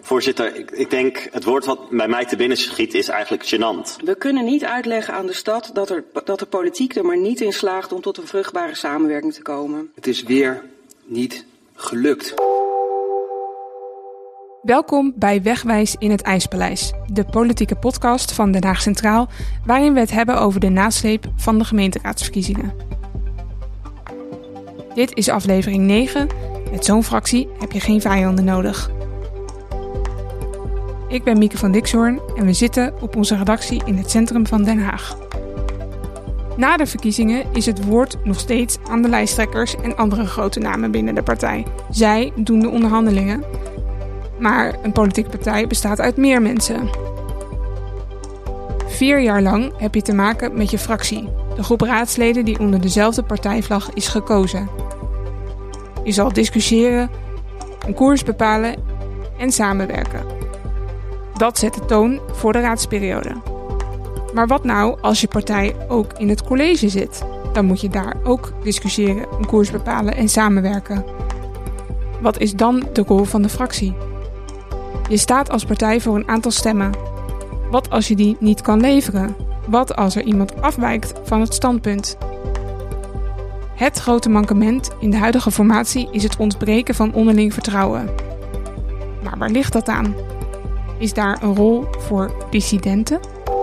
Voorzitter, ik denk het woord wat bij mij te binnen schiet is eigenlijk gênant. We kunnen niet uitleggen aan de stad dat de politiek er maar niet in slaagt om tot een vruchtbare samenwerking te komen. Het is weer niet gelukt. Welkom bij Wegwijs in het IJspaleis, de politieke podcast van Den Haag Centraal, waarin we het hebben over de nasleep van de gemeenteraadsverkiezingen. Dit is aflevering 9. Met zo'n fractie heb je geen vijanden nodig. Ik ben Mieke van Dixhoorn en we zitten op onze redactie in het centrum van Den Haag. Na de verkiezingen is het woord nog steeds aan de lijsttrekkers en andere grote namen binnen de partij. Zij doen de onderhandelingen. Maar een politieke partij bestaat uit meer mensen. 4 jaar lang heb je te maken met je fractie, de groep raadsleden die onder dezelfde partijvlag is gekozen. Je zal discussiëren, een koers bepalen en samenwerken. Dat zet de toon voor de raadsperiode. Maar wat nou als je partij ook in het college zit? Dan moet je daar ook discussiëren, een koers bepalen en samenwerken. Wat is dan de rol van de fractie? Je staat als partij voor een aantal stemmen. Wat als je die niet kan leveren? Wat als er iemand afwijkt van het standpunt? Het grote mankement in de huidige formatie is het ontbreken van onderling vertrouwen. Maar waar ligt dat aan? Is daar een rol voor dissidenten?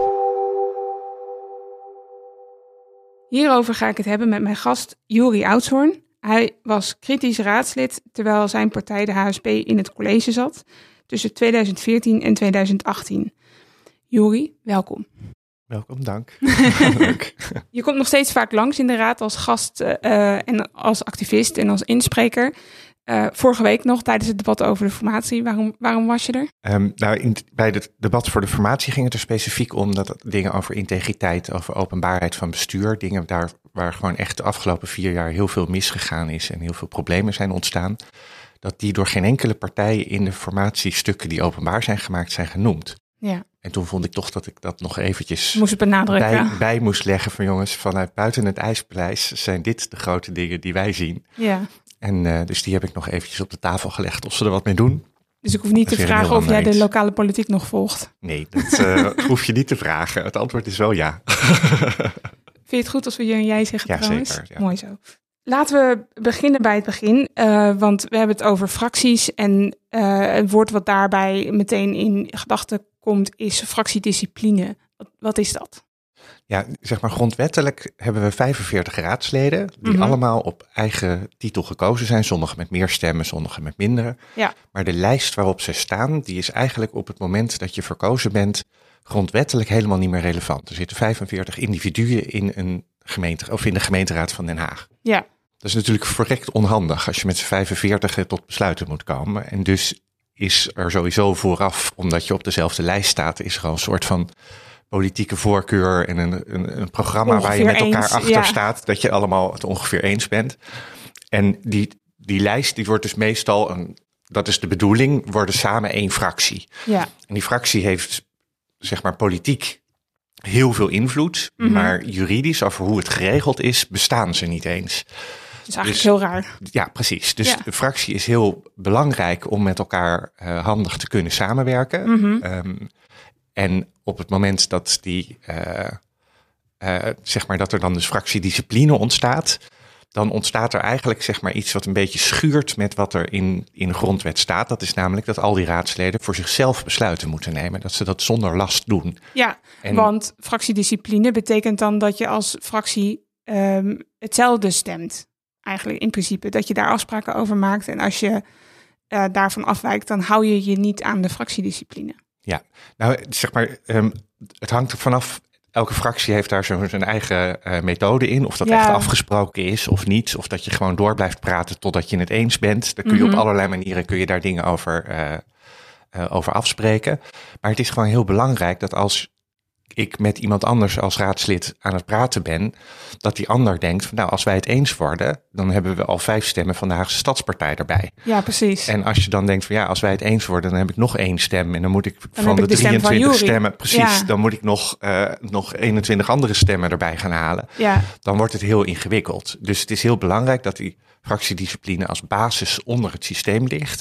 Hierover ga ik het hebben met mijn gast Juri Oudshoorn. Hij was kritisch raadslid terwijl zijn partij de HSP in het college zat tussen 2014 en 2018. Juri, welkom. Welkom, dank. Je komt nog steeds vaak langs in de raad als gast en als activist en als inspreker. Vorige week nog tijdens het debat over de formatie. Waarom was je er? Bij het debat voor de formatie ging het er specifiek om dat dingen over integriteit, over openbaarheid van bestuur, dingen daar waar gewoon echt de afgelopen 4 jaar heel veel misgegaan is en heel veel problemen zijn ontstaan, dat die door geen enkele partij in de formatiestukken die openbaar zijn gemaakt zijn genoemd. Ja. En toen vond ik toch dat ik dat nog eventjes bij moest leggen van jongens, vanuit buiten het IJspaleis zijn dit de grote dingen die wij zien. Ja. En dus die heb ik nog eventjes op de tafel gelegd of ze er wat mee doen. Dus ik hoef niet te vragen of jij de lokale politiek nog volgt? Nee, dat hoef je niet te vragen. Het antwoord is wel ja. Vind je het goed als we je en jij zeggen trouwens? Zeker, ja. Mooi zo. Laten we beginnen bij het begin, want we hebben het over fracties en het woord wat daarbij meteen in gedachten komt is fractiediscipline. Wat is dat? Ja, zeg maar grondwettelijk hebben we 45 raadsleden die allemaal op eigen titel gekozen zijn. Sommigen met meer stemmen, sommigen met mindere. Ja. Maar de lijst waarop ze staan, die is eigenlijk op het moment dat je verkozen bent grondwettelijk helemaal niet meer relevant. Er zitten 45 individuen in een gemeente of in de gemeenteraad van Den Haag. Ja. Dat is natuurlijk verrekt onhandig als je met z'n 45 tot besluiten moet komen. En dus is er sowieso vooraf, omdat je op dezelfde lijst staat, is er al een soort van politieke voorkeur en een programma ongeveer waar je met elkaar achter staat, dat je allemaal het ongeveer eens bent. En die lijst die wordt dus meestal, dat is de bedoeling, worden samen 1 fractie. Ja. En die fractie heeft, zeg maar, politiek heel veel invloed, maar juridisch over hoe het geregeld is, bestaan ze niet eens. Dat is eigenlijk heel raar. Ja, precies. Dus de fractie is heel belangrijk om met elkaar handig te kunnen samenwerken. En op het moment dat zeg maar dat er dan dus fractiediscipline ontstaat, dan ontstaat er eigenlijk zeg maar iets wat een beetje schuurt met wat er in de grondwet staat. Dat is namelijk dat al die raadsleden voor zichzelf besluiten moeten nemen. Dat ze dat zonder last doen. Ja, want fractiediscipline betekent dan dat je als fractie hetzelfde stemt. Eigenlijk in principe, dat je daar afspraken over maakt. En als je daarvan afwijkt, dan hou je je niet aan de fractiediscipline. Ja, nou zeg maar, het hangt er vanaf. Elke fractie heeft daar zijn eigen methode in. Of dat echt afgesproken is of niet. Of dat je gewoon door blijft praten totdat je het eens bent. Dan kun je op allerlei manieren daar dingen over afspreken. Maar het is gewoon heel belangrijk dat als ik met iemand anders als raadslid aan het praten ben, dat die ander denkt van nou, als wij het eens worden, dan hebben we al 5 stemmen van de Haagse Stadspartij erbij. Ja, precies. En als je dan denkt van ja, als wij het eens worden, dan heb ik nog 1 stem en dan moet ik van de 23 stemmen, precies, dan moet ik nog 21 andere stemmen erbij gaan halen. Ja. Dan wordt het heel ingewikkeld. Dus het is heel belangrijk dat die fractiediscipline als basis onder het systeem ligt.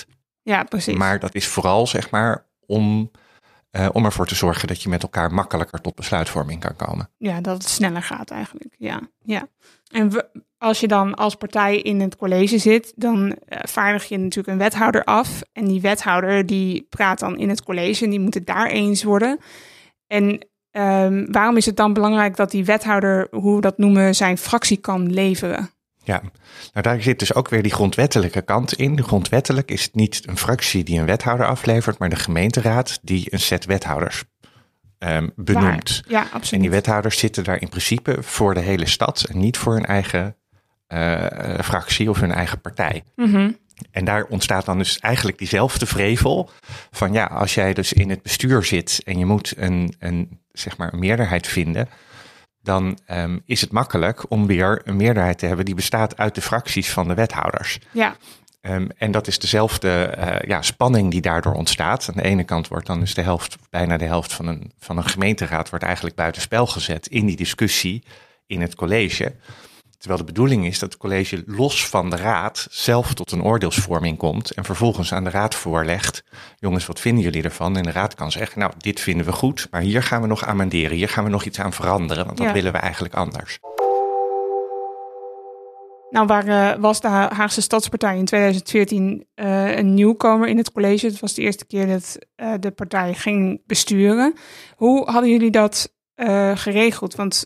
Ja, precies. Maar dat is vooral, zeg maar, om ervoor te zorgen dat je met elkaar makkelijker tot besluitvorming kan komen. Ja, dat het sneller gaat eigenlijk. Ja. En als je dan als partij in het college zit, dan vaardig je natuurlijk een wethouder af. En die wethouder die praat dan in het college en die moet het daar eens worden. En waarom is het dan belangrijk dat die wethouder, hoe we dat noemen, zijn fractie kan leveren? Ja, nou daar zit dus ook weer die grondwettelijke kant in. Grondwettelijk is het niet een fractie die een wethouder aflevert, maar de gemeenteraad die een set wethouders benoemt. Ja, absoluut. En die wethouders zitten daar in principe voor de hele stad en niet voor hun eigen fractie of hun eigen partij. Mm-hmm. En daar ontstaat dan dus eigenlijk diezelfde vrevel van ja, als jij dus in het bestuur zit en je moet een meerderheid vinden, dan is het makkelijk om weer een meerderheid te hebben die bestaat uit de fracties van de wethouders. Ja. En dat is dezelfde spanning die daardoor ontstaat. Aan de ene kant wordt dan dus bijna de helft van een gemeenteraad wordt eigenlijk buitenspel gezet in die discussie in het college. Terwijl de bedoeling is dat het college los van de raad zelf tot een oordeelsvorming komt en vervolgens aan de raad voorlegt, jongens, wat vinden jullie ervan? En de raad kan zeggen, nou, dit vinden we goed, maar hier gaan we nog amenderen, hier gaan we nog iets aan veranderen, want dat willen we eigenlijk anders. Nou, was de Haagse Stadspartij in 2014 een nieuwkomer in het college. Het was de eerste keer dat de partij ging besturen. Hoe hadden jullie dat geregeld? Want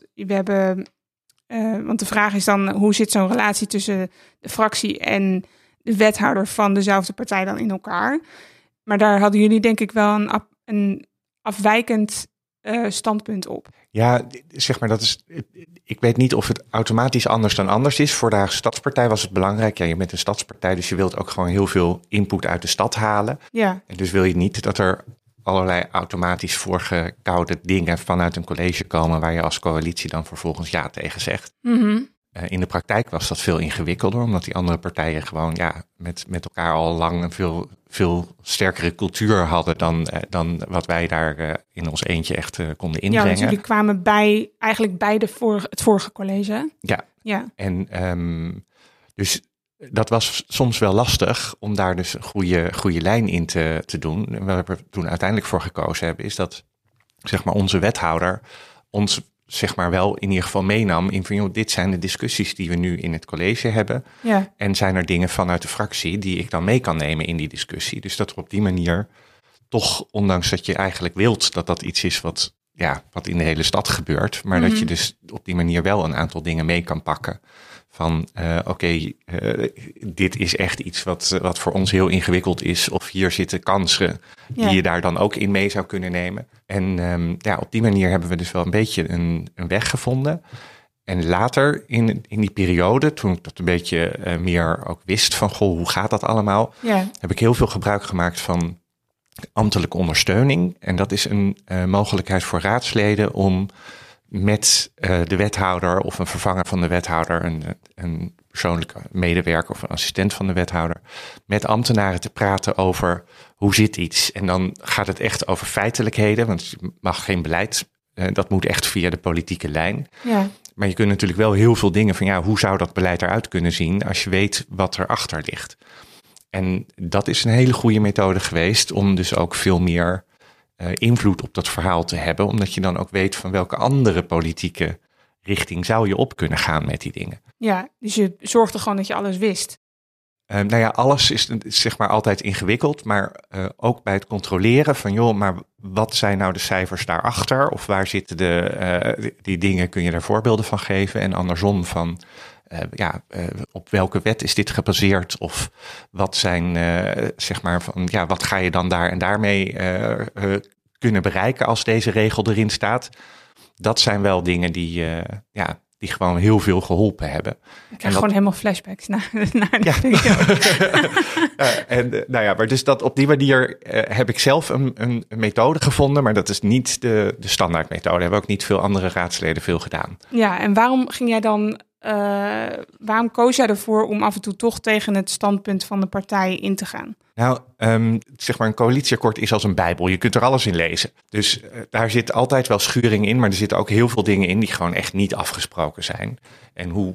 de vraag is dan, hoe zit zo'n relatie tussen de fractie en de wethouder van dezelfde partij dan in elkaar? Maar daar hadden jullie denk ik wel een afwijkend standpunt op. Ja, zeg maar, ik weet niet of het automatisch anders dan anders is. Voor de Haagse Stadspartij was het belangrijk. Ja, je bent een stadspartij, dus je wilt ook gewoon heel veel input uit de stad halen. Ja. En dus wil je niet dat er allerlei automatisch voorgekoude dingen vanuit een college komen waar je als coalitie dan vervolgens ja tegen zegt. Mm-hmm. In de praktijk was dat veel ingewikkelder, omdat die andere partijen gewoon met elkaar al lang een veel sterkere cultuur hadden dan wat wij daar in ons eentje echt konden inbrengen. Ja, want jullie kwamen eigenlijk bij het vorige college. Ja. En dus dat was soms wel lastig om daar dus een goede lijn in te doen. En waar we toen uiteindelijk voor gekozen hebben, is dat zeg maar onze wethouder ons zeg maar wel in ieder geval meenam in van, joh, dit zijn de discussies die we nu in het college hebben. Ja. En zijn er dingen vanuit de fractie die ik dan mee kan nemen in die discussie. Dus dat er op die manier toch, ondanks dat je eigenlijk wilt dat dat iets is wat in de hele stad gebeurt, maar dat je dus op die manier wel een aantal dingen mee kan pakken. Van dit is echt iets wat voor ons heel ingewikkeld is. Of hier zitten kansen die je daar dan ook in mee zou kunnen nemen. En op die manier hebben we dus wel een beetje een weg gevonden. En later in die periode, toen ik dat een beetje meer ook wist van, goh, hoe gaat dat allemaal? Ja. Heb ik heel veel gebruik gemaakt van ambtelijke ondersteuning. En dat is een mogelijkheid voor raadsleden om met de wethouder of een vervanger van de wethouder, een persoonlijke medewerker of een assistent van de wethouder, met ambtenaren te praten over hoe zit iets. En dan gaat het echt over feitelijkheden, want je mag geen beleid, dat moet echt via de politieke lijn. Ja. Maar je kunt natuurlijk wel heel veel dingen van, hoe zou dat beleid eruit kunnen zien als je weet wat erachter ligt. En dat is een hele goede methode geweest om dus ook veel meer invloed op dat verhaal te hebben, omdat je dan ook weet van welke andere politieke richting zou je op kunnen gaan met die dingen. Ja, dus je zorgde gewoon dat je alles wist. Alles is zeg maar altijd ingewikkeld, maar ook bij het controleren van, joh, maar wat zijn nou de cijfers daarachter? Of waar zitten die dingen, kun je daar voorbeelden van geven? En andersom van, op welke wet is dit gebaseerd? Of wat zijn, wat ga je dan daar en daarmee kunnen bereiken als deze regel erin staat? Dat zijn wel dingen die gewoon heel veel geholpen hebben. Ik krijg gewoon helemaal flashbacks naar die video. Maar dus dat op die manier heb ik zelf een methode gevonden, maar dat is niet de standaardmethode. Hebben ook niet veel andere raadsleden veel gedaan. Ja, en waarom ging jij dan? Waarom koos jij ervoor om af en toe toch tegen het standpunt van de partij in te gaan? Nou, een coalitieakkoord is als een bijbel. Je kunt er alles in lezen. Dus daar zit altijd wel schuring in, maar er zitten ook heel veel dingen in die gewoon echt niet afgesproken zijn. En hoe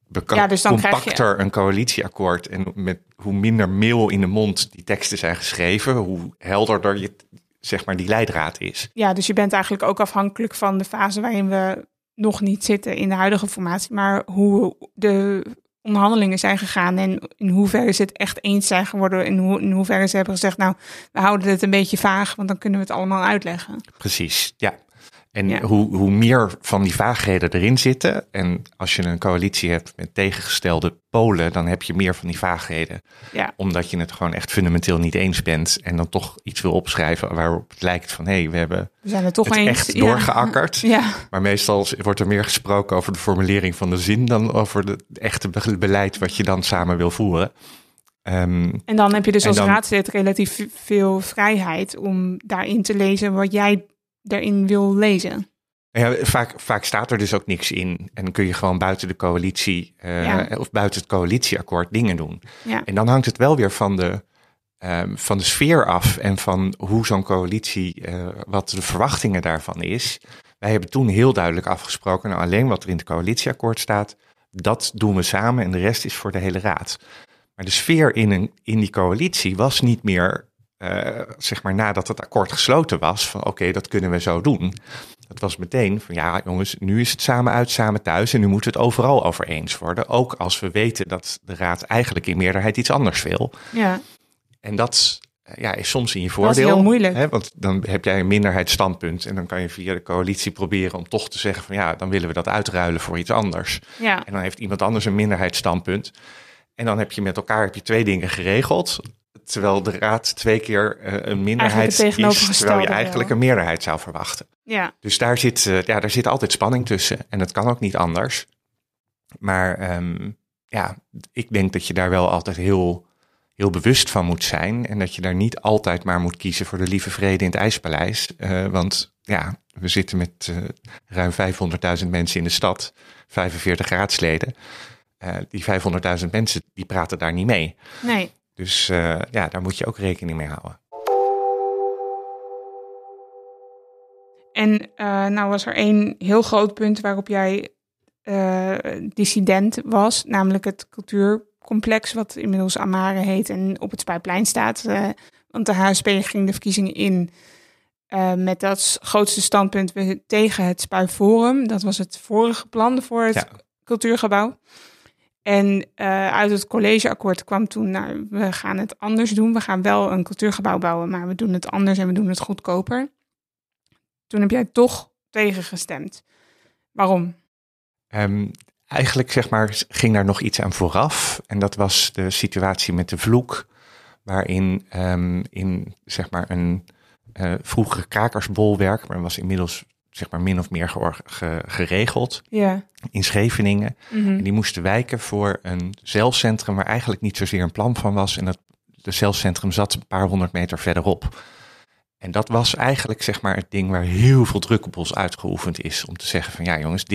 dus dan compacter een coalitieakkoord. En met hoe minder meel in de mond die teksten zijn geschreven, hoe helderder je, zeg maar, die leidraad is. Ja, dus je bent eigenlijk ook afhankelijk van de fase waarin we nog niet zitten in de huidige formatie, maar hoe de onderhandelingen zijn gegaan en in hoeverre ze het echt eens zijn geworden, in hoeverre ze hebben gezegd, nou, we houden het een beetje vaag, want dan kunnen we het allemaal uitleggen. Precies, ja. En hoe meer van die vaagheden erin zitten, en als je een coalitie hebt met tegengestelde polen, dan heb je meer van die vaagheden. Ja. Omdat je het gewoon echt fundamenteel niet eens bent en dan toch iets wil opschrijven waarop het lijkt van, we zijn het toch het eens echt doorgeakkerd. Ja. Maar meestal wordt er meer gesproken over de formulering van de zin dan over het echte beleid wat je dan samen wil voeren. En dan heb je dus als raadslid relatief veel vrijheid om daarin te lezen wat jij daarin wil lezen. Ja, vaak staat er dus ook niks in. En dan kun je gewoon buiten de coalitie of buiten het coalitieakkoord dingen doen. Ja. En dan hangt het wel weer van de sfeer af en van hoe zo'n coalitie, wat de verwachtingen daarvan is. Wij hebben toen heel duidelijk afgesproken, nou, alleen wat er in het coalitieakkoord staat, dat doen we samen en de rest is voor de hele raad. Maar de sfeer in die coalitie was niet meer, zeg maar nadat het akkoord gesloten was, van oké, dat kunnen we zo doen. Dat was meteen van ja jongens, nu is het samen uit, samen thuis en nu moeten we het overal over eens worden. Ook als we weten dat de raad eigenlijk in meerderheid iets anders wil. Ja. En dat is soms in je voordeel. Dat is heel moeilijk. Hè, want dan heb jij een minderheidsstandpunt en dan kan je via de coalitie proberen om toch te zeggen van ja, dan willen we dat uitruilen voor iets anders. Ja. En dan heeft iemand anders een minderheidsstandpunt. En dan heb je 2 dingen geregeld. Terwijl de raad 2 keer een minderheid is, terwijl je eigenlijk een meerderheid zou verwachten. Ja. Dus daar zit altijd spanning tussen. En dat kan ook niet anders. Maar ik denk dat je daar wel altijd heel, heel bewust van moet zijn. En dat je daar niet altijd maar moet kiezen voor de lieve vrede in het IJspaleis. Want we zitten met ruim 500.000 mensen in de stad, 45 raadsleden. Die 500.000 mensen, die praten daar niet mee. Nee. Dus daar moet je ook rekening mee houden. En nou was er 1 heel groot punt waarop jij dissident was, namelijk het cultuurcomplex, wat inmiddels Amare heet en op het Spuiplein staat. Want de HSP ging de verkiezingen in met dat grootste standpunt tegen het Spuiforum. Dat was het vorige plan voor het cultuurgebouw. En uit het collegeakkoord kwam toen, we gaan het anders doen. We gaan wel een cultuurgebouw bouwen, maar we doen het anders en we doen het goedkoper. Toen heb jij toch tegengestemd. Waarom? Eigenlijk ging daar nog iets aan vooraf. En dat was de situatie met de vloek, waarin in een vroegere krakersbolwerk, maar dat was inmiddels min of meer geregeld in Scheveningen. Mm-hmm. En die moesten wijken voor een celcentrum waar eigenlijk niet zozeer een plan van was. En dat de celcentrum zat een paar 100 meter verderop. En dat was eigenlijk het ding waar heel veel druk op ons uitgeoefend is. Om te zeggen van ja jongens,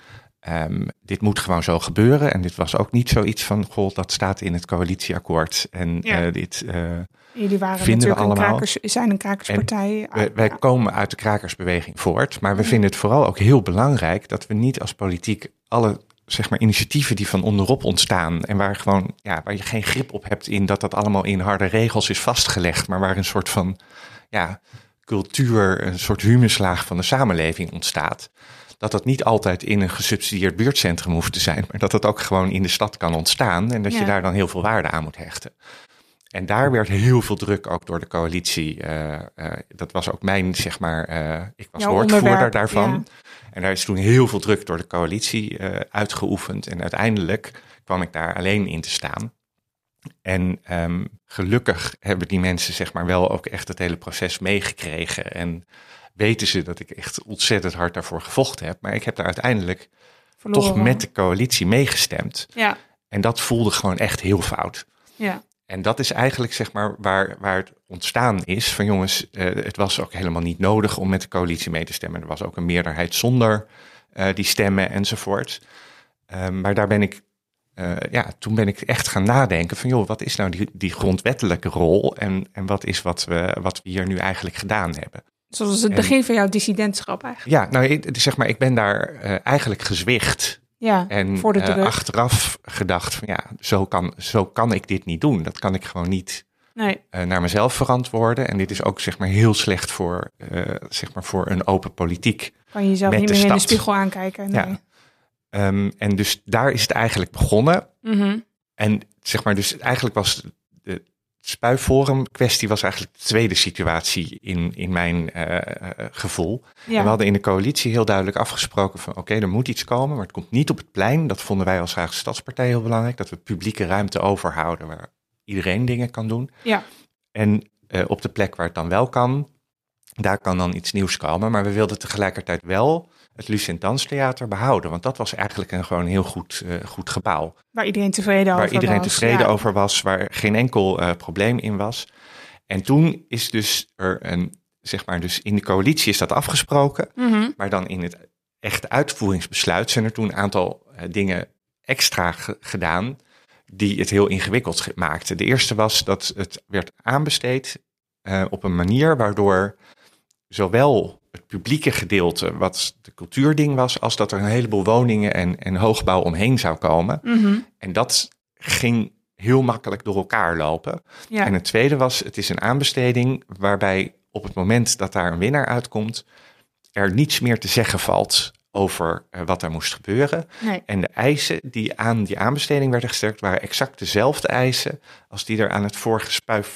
dit moet gewoon zo gebeuren. En dit was ook niet zoiets van, goh, dat staat in het coalitieakkoord. En dit jullie waren vinden we allemaal. Zijn een krakerspartij. Wij komen uit de krakersbeweging voort. Maar we vinden het vooral ook heel belangrijk dat we niet als politiek alle initiatieven die van onderop ontstaan en waar waar je geen grip op hebt in dat allemaal in harde regels is vastgelegd, maar waar een soort van cultuur, een soort humuslaag van de samenleving ontstaat. Dat niet altijd in een gesubsidieerd buurtcentrum hoeft te zijn, maar dat dat ook gewoon in de stad kan ontstaan en dat je daar dan heel veel waarde aan moet hechten. En daar werd heel veel druk ook door de coalitie. Dat was ook mijn, ik was woordvoerder daarvan. Ja. En daar is toen heel veel druk door de coalitie uitgeoefend. En uiteindelijk kwam ik daar alleen in te staan. En gelukkig hebben die mensen wel ook echt het hele proces meegekregen. En weten ze dat ik echt ontzettend hard daarvoor gevochten heb. Maar ik heb daar uiteindelijk toch met de coalitie meegestemd. Ja. En dat voelde gewoon echt heel fout. Ja. En dat is eigenlijk waar het ontstaan is van jongens, het was ook helemaal niet nodig om met de coalitie mee te stemmen. Er was ook een meerderheid zonder die stemmen enzovoort. Maar daar ben ik, toen ben ik echt gaan nadenken van joh, wat is nou die grondwettelijke rol en wat is wat we hier nu eigenlijk gedaan hebben. Zoals het begin van jouw dissidentschap eigenlijk. Ja, nou ik ben daar eigenlijk gezwicht. Ja, en voor de druk. Achteraf gedacht van zo kan ik dit niet doen. Dat kan ik gewoon niet naar mezelf verantwoorden. En dit is ook zeg maar heel slecht voor een open politiek. Kan je jezelf niet meer in de spiegel aankijken. Nee. Ja. En dus daar is het eigenlijk begonnen. Mm-hmm. En zeg maar, dus eigenlijk was de spuiforum kwestie was eigenlijk de tweede situatie in mijn gevoel. Ja. En we hadden in de coalitie heel duidelijk afgesproken van oké, er moet iets komen, maar het komt niet op het plein. Dat vonden wij als Haagse Stadspartij heel belangrijk, dat we publieke ruimte overhouden waar iedereen dingen kan doen. Ja. En op de plek waar het dan wel kan, daar kan dan iets nieuws komen. Maar we wilden tegelijkertijd wel het Lucent Danstheater behouden. Want dat was eigenlijk een heel goed gebouw. Waar iedereen tevreden over was. Waar geen enkel probleem in was. En toen is dus dus in de coalitie is dat afgesproken. Mm-hmm. Maar dan in het echte uitvoeringsbesluit zijn er toen een aantal dingen extra gedaan die het heel ingewikkeld maakten. De eerste was dat het werd aanbesteed op een manier waardoor zowel het publieke gedeelte, wat de cultuurding was, als dat er een heleboel woningen en hoogbouw omheen zou komen. Mm-hmm. En dat ging heel makkelijk door elkaar lopen. Ja. En het tweede was, het is een aanbesteding waarbij op het moment dat daar een winnaar uitkomt, er niets meer te zeggen valt over wat er moest gebeuren. Nee. En de eisen die aan die aanbesteding werden gesteld, waren exact dezelfde eisen als die er aan het vorige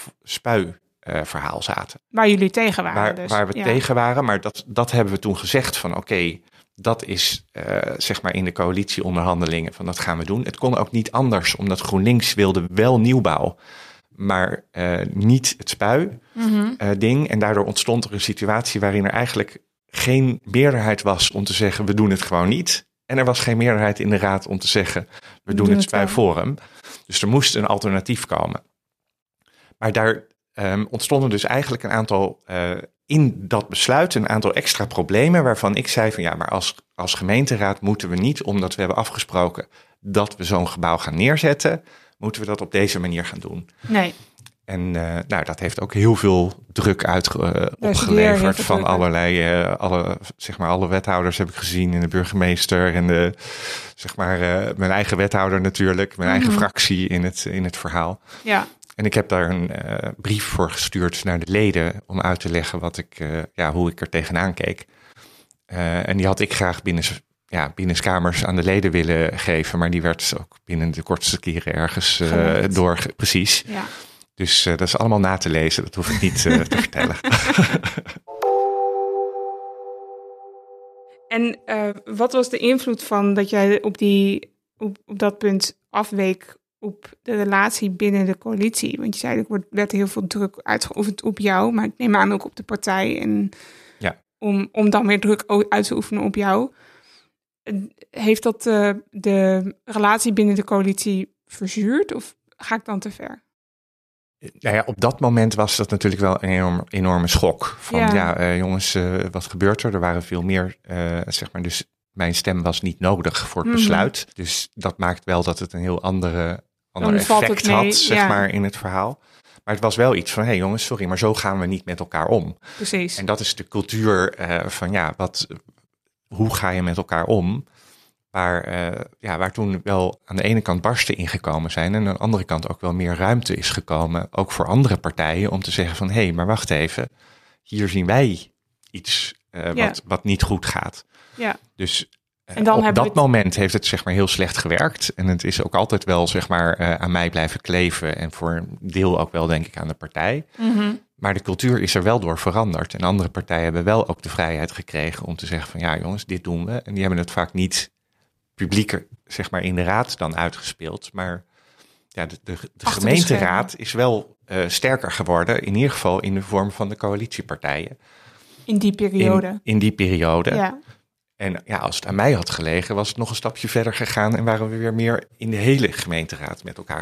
verhaal zaten. Waar jullie tegen waren. Waar we tegen waren, maar dat hebben we toen gezegd van oké, dat is zeg maar in de coalitieonderhandelingen van dat gaan we doen. Het kon ook niet anders, omdat GroenLinks wilde wel nieuwbouw, maar niet het spui-ding. En daardoor ontstond er een situatie waarin er eigenlijk geen meerderheid was om te zeggen we doen het gewoon niet. En er was geen meerderheid in de raad om te zeggen we doen het spuiforum. Dus er moest een alternatief komen. Maar daar ontstonden dus eigenlijk een aantal in dat besluit een aantal extra problemen waarvan ik zei van maar als gemeenteraad moeten we niet, omdat we hebben afgesproken dat we zo'n gebouw gaan neerzetten, moeten we dat op deze manier gaan doen. Nee. En dat heeft ook heel veel druk opgeleverd van alle wethouders heb ik gezien en de burgemeester en mijn eigen wethouder natuurlijk, mijn eigen fractie in het verhaal. Ja. En ik heb daar een brief voor gestuurd naar de leden om uit te leggen hoe ik er tegenaan keek. En die had ik graag binnenskamers aan de leden willen geven, maar die werd ook binnen de kortste keren ergens precies. Ja. Dus dat is allemaal na te lezen, dat hoef ik niet te vertellen. En wat was de invloed van dat jij op dat punt afweek op de relatie binnen de coalitie? Want je zei, er werd heel veel druk uitgeoefend op jou, maar ik neem aan ook op de partij. En om dan weer druk uit te oefenen op jou. Heeft dat de relatie binnen de coalitie verzuurd of ga ik dan te ver? Nou ja, op dat moment was dat natuurlijk wel een enorme schok. Van jongens, wat gebeurt er? Er waren veel meer, dus mijn stem was niet nodig voor het besluit. Dus dat maakt wel dat het een heel ander effect had, maar in het verhaal. Maar het was wel iets van, jongens, sorry, maar zo gaan we niet met elkaar om. Precies. En dat is de cultuur hoe ga je met elkaar om? Waar toen wel aan de ene kant barsten ingekomen zijn en aan de andere kant ook wel meer ruimte is gekomen, ook voor andere partijen, om te zeggen van, maar wacht even, hier zien wij iets wat niet goed gaat. Ja. Dus en dan op dat moment heeft het heel slecht gewerkt en het is ook altijd wel aan mij blijven kleven en voor een deel ook wel denk ik aan de partij. Mm-hmm. Maar de cultuur is er wel door veranderd en andere partijen hebben wel ook de vrijheid gekregen om te zeggen van jongens, dit doen we. En die hebben het vaak niet publieker in de raad dan uitgespeeld. Maar de gemeenteraad is wel sterker geworden. In ieder geval in de vorm van de coalitiepartijen. In die periode. In die periode. Ja. En als het aan mij had gelegen, was het nog een stapje verder gegaan. En waren we weer meer in de hele gemeenteraad met elkaar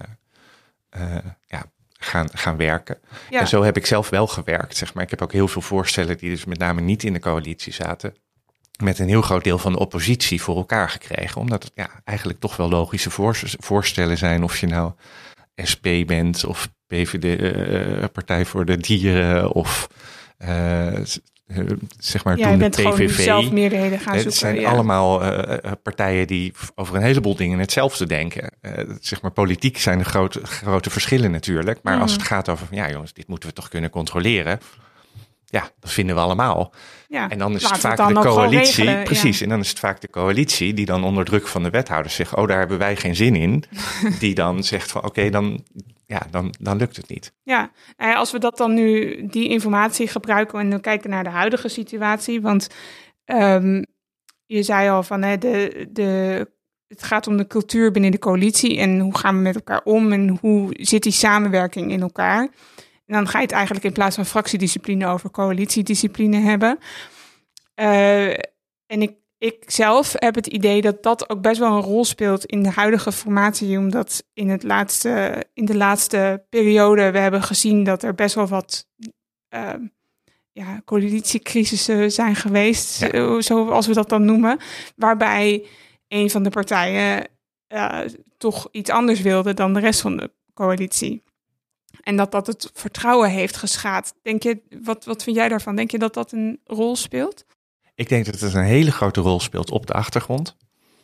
gaan werken. Ja. En zo heb ik zelf wel gewerkt. Ik heb ook heel veel voorstellen die dus met name niet in de coalitie zaten, met een heel groot deel van de oppositie voor elkaar gekregen. Omdat het eigenlijk toch wel logische voorstellen zijn. Of je nou SP bent of PVD, Partij voor de Dieren of zeg maar toen de bent PVV. Gewoon zelf meerderheden gaan zoeken. Het zijn allemaal partijen die over een heleboel dingen hetzelfde denken. Zeg maar politiek zijn de grote verschillen natuurlijk. Maar als het gaat over jongens, dit moeten we toch kunnen controleren. Ja, dat vinden we allemaal. Ja, en dan is het vaak de coalitie. Precies, en dan is het vaak de coalitie die dan onder druk van de wethouders zegt, daar hebben wij geen zin in. Die dan zegt van oké, dan lukt het niet. Ja, als we dat dan nu, die informatie gebruiken en dan kijken naar de huidige situatie. Want je zei al van het gaat om de cultuur binnen de coalitie en hoe gaan we met elkaar om en hoe zit die samenwerking in elkaar. En dan ga je het eigenlijk in plaats van fractiediscipline over coalitiediscipline hebben. En ik zelf heb het idee dat dat ook best wel een rol speelt in de huidige formatie. Omdat in de laatste periode we hebben gezien dat er best wel wat coalitiecrisissen zijn geweest. Ja. Zoals we dat dan noemen. Waarbij een van de partijen toch iets anders wilde dan de rest van de coalitie. En dat het vertrouwen heeft geschaad. Denk je, wat vind jij daarvan? Denk je dat dat een rol speelt? Ik denk dat het een hele grote rol speelt op de achtergrond.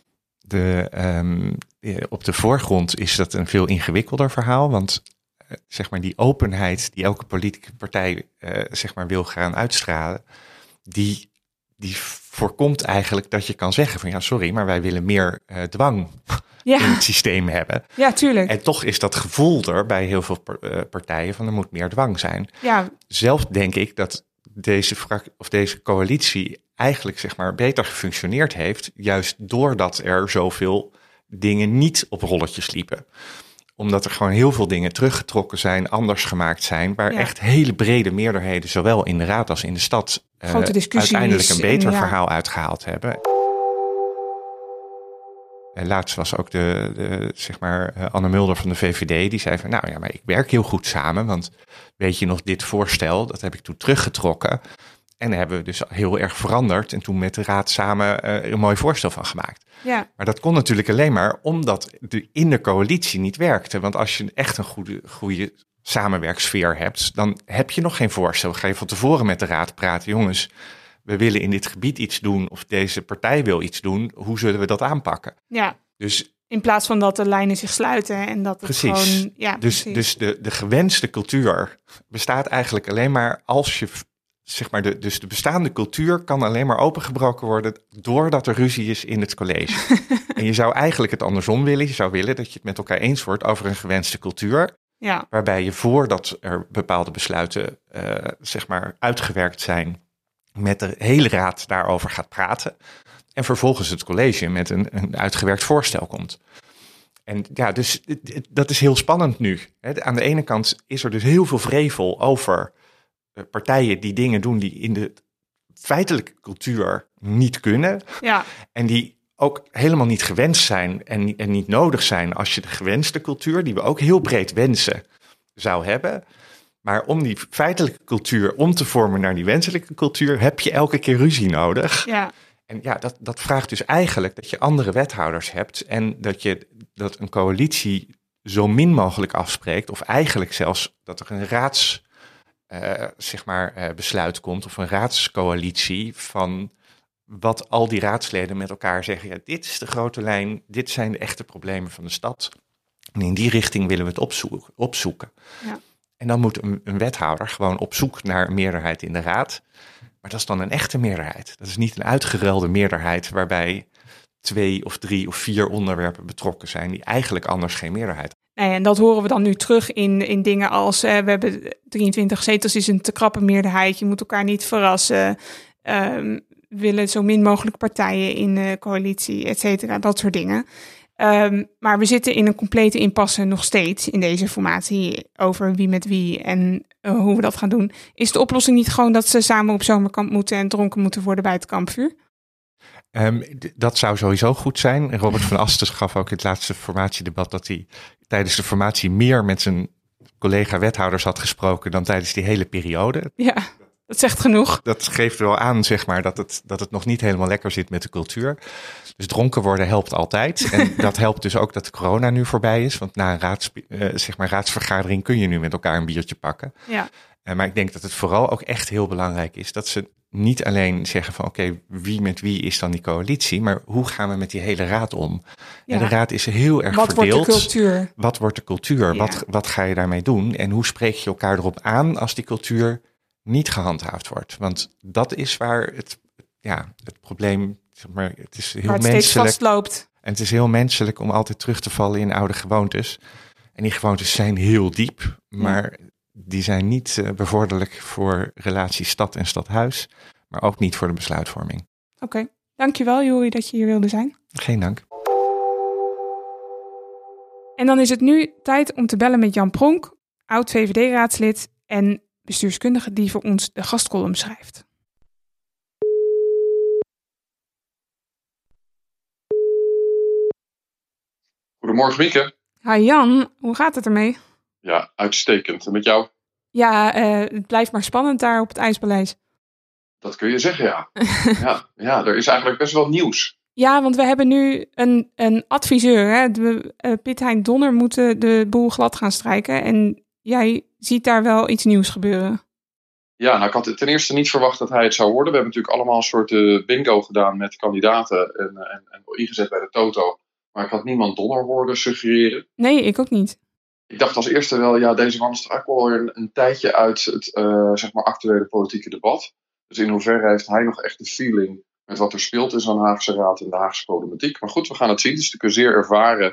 Op de voorgrond is dat een veel ingewikkelder verhaal. Want zeg maar die openheid die elke politieke partij zeg maar wil gaan uitstralen, die voorkomt eigenlijk dat je kan zeggen van sorry, maar wij willen meer dwang in het systeem hebben. Ja, tuurlijk. En toch is dat gevoel er bij heel veel partijen van er moet meer dwang zijn. Ja. Zelf denk ik dat deze coalitie eigenlijk zeg maar beter gefunctioneerd heeft, juist doordat er zoveel dingen niet op rolletjes liepen. Omdat er gewoon heel veel dingen teruggetrokken zijn, anders gemaakt zijn, waar echt hele brede meerderheden, zowel in de raad als in de stad, uiteindelijk een beter verhaal uitgehaald hebben. Laatst was ook de zeg maar Anne Mulder van de VVD, die zei van maar ik werk heel goed samen, want weet je nog, dit voorstel, dat heb ik toen teruggetrokken. En daar hebben we dus heel erg veranderd en toen met de raad samen een mooi voorstel van gemaakt. Ja. Maar dat kon natuurlijk alleen maar omdat in de coalitie niet werkte. Want als je echt een goede samenwerksfeer hebt, dan heb je nog geen voorstel. Ga je van tevoren met de raad praten, jongens, we willen in dit gebied iets doen of deze partij wil iets doen, hoe zullen we dat aanpakken? Ja, dus in plaats van dat de lijnen zich sluiten en dat het gewoon... Ja, dus de gewenste cultuur bestaat eigenlijk alleen maar als je, zeg maar, dus de bestaande cultuur kan alleen maar opengebroken worden doordat er ruzie is in het college. En je zou eigenlijk het andersom willen. Je zou willen dat je het met elkaar eens wordt over een gewenste cultuur. Ja. Waarbij je voordat er bepaalde besluiten zeg maar uitgewerkt zijn, met de hele raad daarover gaat praten. En vervolgens het college met een uitgewerkt voorstel komt. En dus dat is heel spannend nu. Aan de ene kant is er dus heel veel vrevel over partijen die dingen doen die in de feitelijke cultuur niet kunnen. Ja. En die ook helemaal niet gewenst zijn en niet nodig zijn als je de gewenste cultuur, die we ook heel breed wensen, zou hebben. Maar om die feitelijke cultuur om te vormen naar die wenselijke cultuur, heb je elke keer ruzie nodig. Ja. En dat vraagt dus eigenlijk dat je andere wethouders hebt en dat een coalitie zo min mogelijk afspreekt, of eigenlijk zelfs dat er een besluit komt of een raadscoalitie van wat al die raadsleden met elkaar zeggen. Dit is de grote lijn, dit zijn de echte problemen van de stad. En in die richting willen we het opzoeken. Ja. En dan moet een wethouder gewoon op zoek naar een meerderheid in de raad. Maar dat is dan een echte meerderheid. Dat is niet een uitgeruilde meerderheid waarbij 2 of 3 of 4 onderwerpen betrokken zijn die eigenlijk anders geen meerderheid hebben. En dat horen we dan nu terug in dingen als we hebben 23 zetels, is een te krappe meerderheid. Je moet elkaar niet verrassen. Willen zo min mogelijk partijen in de coalitie, et cetera, dat soort dingen. Maar we zitten in een complete impasse nog steeds in deze formatie over wie met wie en hoe we dat gaan doen. Is de oplossing niet gewoon dat ze samen op zomerkamp moeten en dronken moeten worden bij het kampvuur? Dat zou sowieso goed zijn. Robert van Asten gaf ook in het laatste formatiedebat dat hij tijdens de formatie meer met zijn collega-wethouders had gesproken dan tijdens die hele periode. Ja, dat zegt genoeg. Dat geeft wel aan, zeg maar, dat het nog niet helemaal lekker zit met de cultuur. Dus dronken worden helpt altijd. En dat helpt dus ook dat de corona nu voorbij is. Want na een raadsvergadering kun je nu met elkaar een biertje pakken. Ja. Maar ik denk dat het vooral ook echt heel belangrijk is dat ze niet alleen zeggen van oké, wie met wie is dan die coalitie, maar hoe gaan we met die hele raad om? Ja. En de raad is heel erg verdeeld. Wat wordt de cultuur? Wat wordt de cultuur? Ja. Wat ga je daarmee doen? En hoe spreek je elkaar erop aan als die cultuur niet gehandhaafd wordt? Want dat is waar het probleem, zeg maar, het is heel menselijk. Steeds vastloopt. En het is heel menselijk om altijd terug te vallen in oude gewoontes. En die gewoontes zijn heel diep, maar die zijn niet bevorderlijk voor relaties stad en stadhuis, maar ook niet voor de besluitvorming. Oké. Dankjewel Jori dat je hier wilde zijn. Geen dank. En dan is het nu tijd om te bellen met Jan Pronk, oud-VVD-raadslid en bestuurskundige die voor ons de gastcolumn schrijft. Goedemorgen Mieke. Hi Jan, hoe gaat het ermee? Ja, uitstekend. En met jou? Ja, het blijft maar spannend daar op het IJspaleis. Dat kun je zeggen, ja. ja, er is eigenlijk best wel nieuws. Ja, want we hebben nu een adviseur. Hè? Piet Hein Donner moet de boel glad gaan strijken. En jij ziet daar wel iets nieuws gebeuren. Ja, nou ik had ten eerste niet verwacht dat hij het zou worden. We hebben natuurlijk allemaal een soort bingo gedaan met kandidaten en ingezet bij de Toto. Maar ik had niemand Donner horen suggereren. Nee, ik ook niet. Ik dacht als eerste wel, ja, deze man is toch ook wel een tijdje uit het zeg maar actuele politieke debat. Dus in hoeverre heeft hij nog echt de feeling met wat er speelt in zo'n Haagse Raad en de Haagse problematiek. Maar goed, we gaan het zien. Het is natuurlijk een zeer ervaren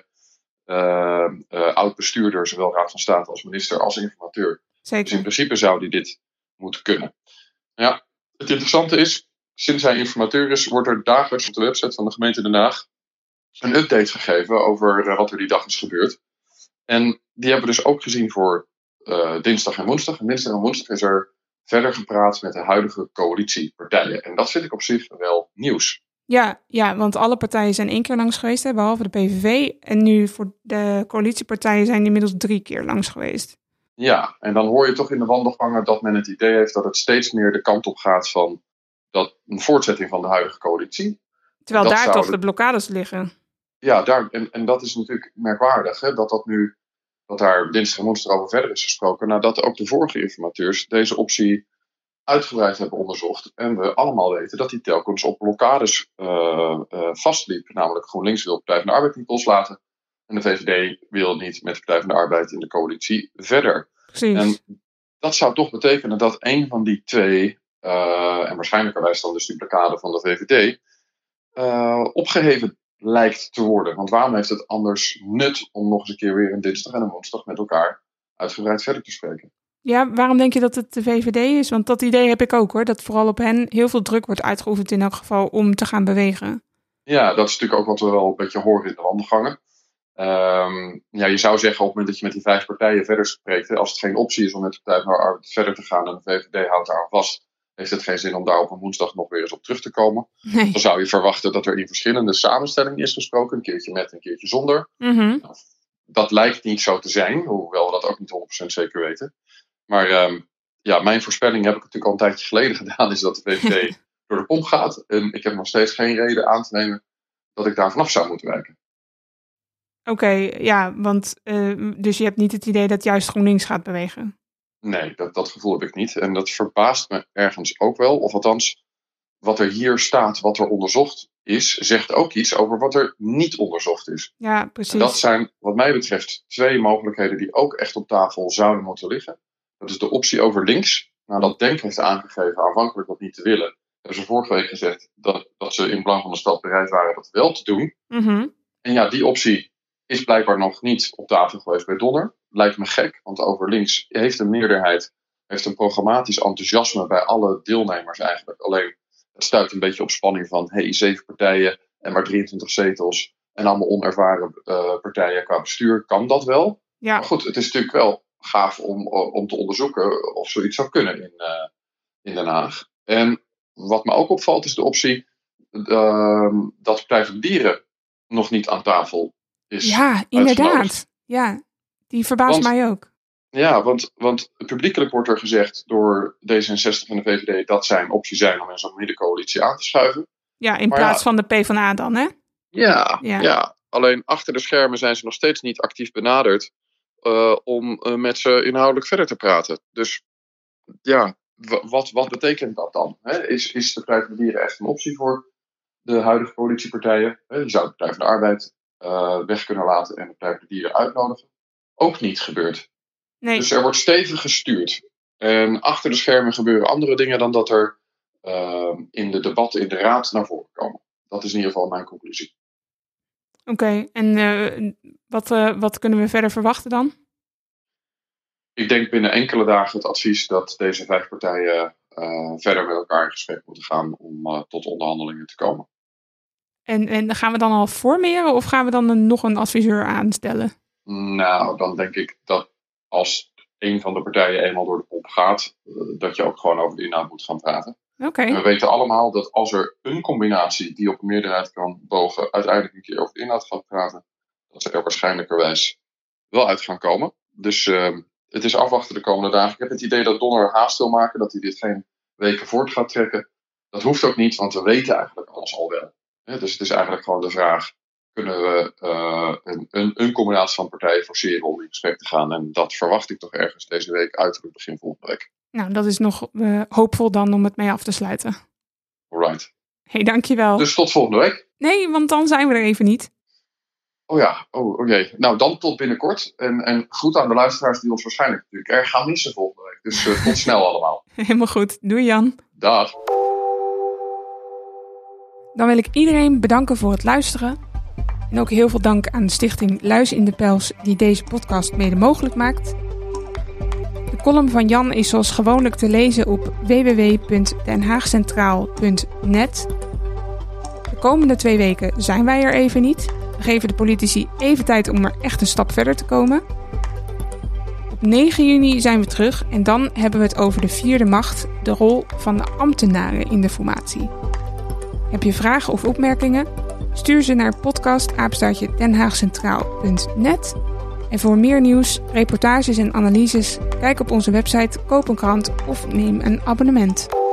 oud-bestuurder, zowel Raad van State als minister als informateur. Zeker. Dus in principe zou hij dit moeten kunnen. Ja, het interessante is, sinds hij informateur is, wordt er dagelijks op de website van de gemeente Den Haag een update gegeven over wat er die dag is gebeurd. En die hebben we dus ook gezien voor dinsdag en woensdag. En dinsdag en woensdag is er verder gepraat met de huidige coalitiepartijen. En dat vind ik op zich wel nieuws. Ja, want alle partijen zijn 1 keer langs geweest, hè, behalve de PVV. En nu voor de coalitiepartijen zijn inmiddels 3 keer langs geweest. Ja, en dan hoor je toch in de wandelgangen dat men het idee heeft dat het steeds meer de kant op gaat van een voortzetting van de huidige coalitie. Terwijl daar toch de blokkades liggen. Ja, en dat is natuurlijk merkwaardig, hè, dat daar dinsdag en woensdag over verder is gesproken, nadat ook de vorige informateurs deze optie uitgebreid hebben onderzocht. En we allemaal weten dat die telkens op blokkades vastliep. Namelijk GroenLinks wil Partij van de Arbeid niet loslaten. En de VVD wil niet met de Partij van de Arbeid in de coalitie verder. Precies. En dat zou toch betekenen dat een van die twee, en waarschijnlijkerwijs dan dus die blokkade van de VVD, opgeheven lijkt te worden. Want waarom heeft het anders nut om nog eens een keer weer een dinsdag en een woensdag met elkaar uitgebreid verder te spreken? Ja, waarom denk je dat het de VVD is? Want dat idee heb ik ook hoor, dat vooral op hen heel veel druk wordt uitgeoefend in elk geval om te gaan bewegen. Ja, dat is natuurlijk ook wat we wel een beetje horen in de wandelgangen. Je zou zeggen op het moment dat je met die 5 partijen verder spreekt, als het geen optie is om met de Partij van de Arbeid verder te gaan en de VVD houdt daar aan vast, heeft het geen zin om daar op een woensdag nog weer eens op terug te komen. Nee. Dan zou je verwachten dat er in verschillende samenstellingen is gesproken. Een keertje met, een keertje zonder. Mm-hmm. Nou, dat lijkt niet zo te zijn, hoewel we dat ook niet 100% zeker weten. Maar mijn voorspelling heb ik natuurlijk al een tijdje geleden gedaan, is dat de VVD door de pomp gaat. En ik heb nog steeds geen reden aan te nemen dat ik daar vanaf zou moeten wijken. Oké, ja, want dus je hebt niet het idee dat juist GroenLinks gaat bewegen? Nee, dat gevoel heb ik niet. En dat verbaast me ergens ook wel. Of althans, wat er hier staat, wat er onderzocht is, zegt ook iets over wat er niet onderzocht is. Ja, precies. En dat zijn, wat mij betreft, 2 mogelijkheden die ook echt op tafel zouden moeten liggen. Dat is de optie over links. Nadat Denk heeft aangegeven aanvankelijk dat niet te willen, hebben ze vorige week gezegd dat ze in belang van de stad bereid waren dat wel te doen. Mm-hmm. En ja, die optie is blijkbaar nog niet op tafel geweest bij Donner. Lijkt me gek, want over links heeft een meerderheid, heeft een programmatisch enthousiasme bij alle deelnemers eigenlijk. Alleen, het stuit een beetje op spanning van 7 partijen en maar 23 zetels en allemaal onervaren partijen qua bestuur. Kan dat wel? Ja. Maar goed, het is natuurlijk wel gaaf om te onderzoeken of zoiets zou kunnen in Den Haag. En wat me ook opvalt is de optie dat de Partij van de Dieren nog niet aan tafel is. Ja, inderdaad. Ja, die verbaast mij ook. Ja, want publiekelijk wordt er gezegd door D66 en de VVD dat zij een optie zijn om in zo'n middencoalitie aan te schuiven. Ja, in plaats van de PvdA dan, hè? Ja. Alleen achter de schermen zijn ze nog steeds niet actief benaderd om met ze inhoudelijk verder te praten. Dus ja, wat betekent dat dan? Is de Partij voor de Dieren echt een optie voor de huidige coalitiepartijen? Je zou de Partij van de Arbeid weg kunnen laten en de Partij voor de Dieren uitnodigen. Ook niet gebeurd. Nee. Dus er wordt stevig gestuurd. En achter de schermen gebeuren andere dingen dan dat er in de debatten in de Raad naar voren komen. Dat is in ieder geval mijn conclusie. Oké, en wat kunnen we verder verwachten dan? Ik denk binnen enkele dagen het advies dat deze 5 partijen verder met elkaar in gesprek moeten gaan om tot onderhandelingen te komen. En gaan we dan al formeren of gaan we dan nog een adviseur aanstellen? Nou, dan denk ik dat als een van de partijen eenmaal door de pomp gaat, dat je ook gewoon over de inhoud moet gaan praten. Okay. We weten allemaal dat als er een combinatie die op een meerderheid kan bogen, uiteindelijk een keer over de inhoud gaat praten, dat ze er waarschijnlijkerwijs wel uit gaan komen. Dus het is afwachten de komende dagen. Ik heb het idee dat Donner haast wil maken, dat hij dit geen weken voort gaat trekken. Dat hoeft ook niet, want we weten eigenlijk alles al wel. Dus het is eigenlijk gewoon de vraag, kunnen we een combinatie van partijen forceren om in gesprek te gaan? En dat verwacht ik toch ergens deze week, uiterlijk begin volgende week. Nou, dat is nog hoopvol dan om het mee af te sluiten. Alright. Hey, dankjewel. Dus tot volgende week. Nee, want dan zijn we er even niet. Oh ja, oh jee. Nou, dan tot binnenkort. En groet aan de luisteraars die ons waarschijnlijk natuurlijk erg gaan missen volgende week. Dus tot snel allemaal. Helemaal goed. Doei Jan. Dag. Dan wil ik iedereen bedanken voor het luisteren. En ook heel veel dank aan de stichting Luis in de Pels die deze podcast mede mogelijk maakt. De column van Jan is zoals gewoonlijk te lezen op www.denhaagcentraal.net. De komende 2 weken zijn wij er even niet. We geven de politici even tijd om er echt een stap verder te komen. Op 9 juni zijn we terug en dan hebben we het over de 4e macht, de rol van de ambtenaren in de formatie. Heb je vragen of opmerkingen? Stuur ze naar podcast@denhaagcentraal.net. En voor meer nieuws, reportages en analyses, kijk op onze website, koop een krant of neem een abonnement.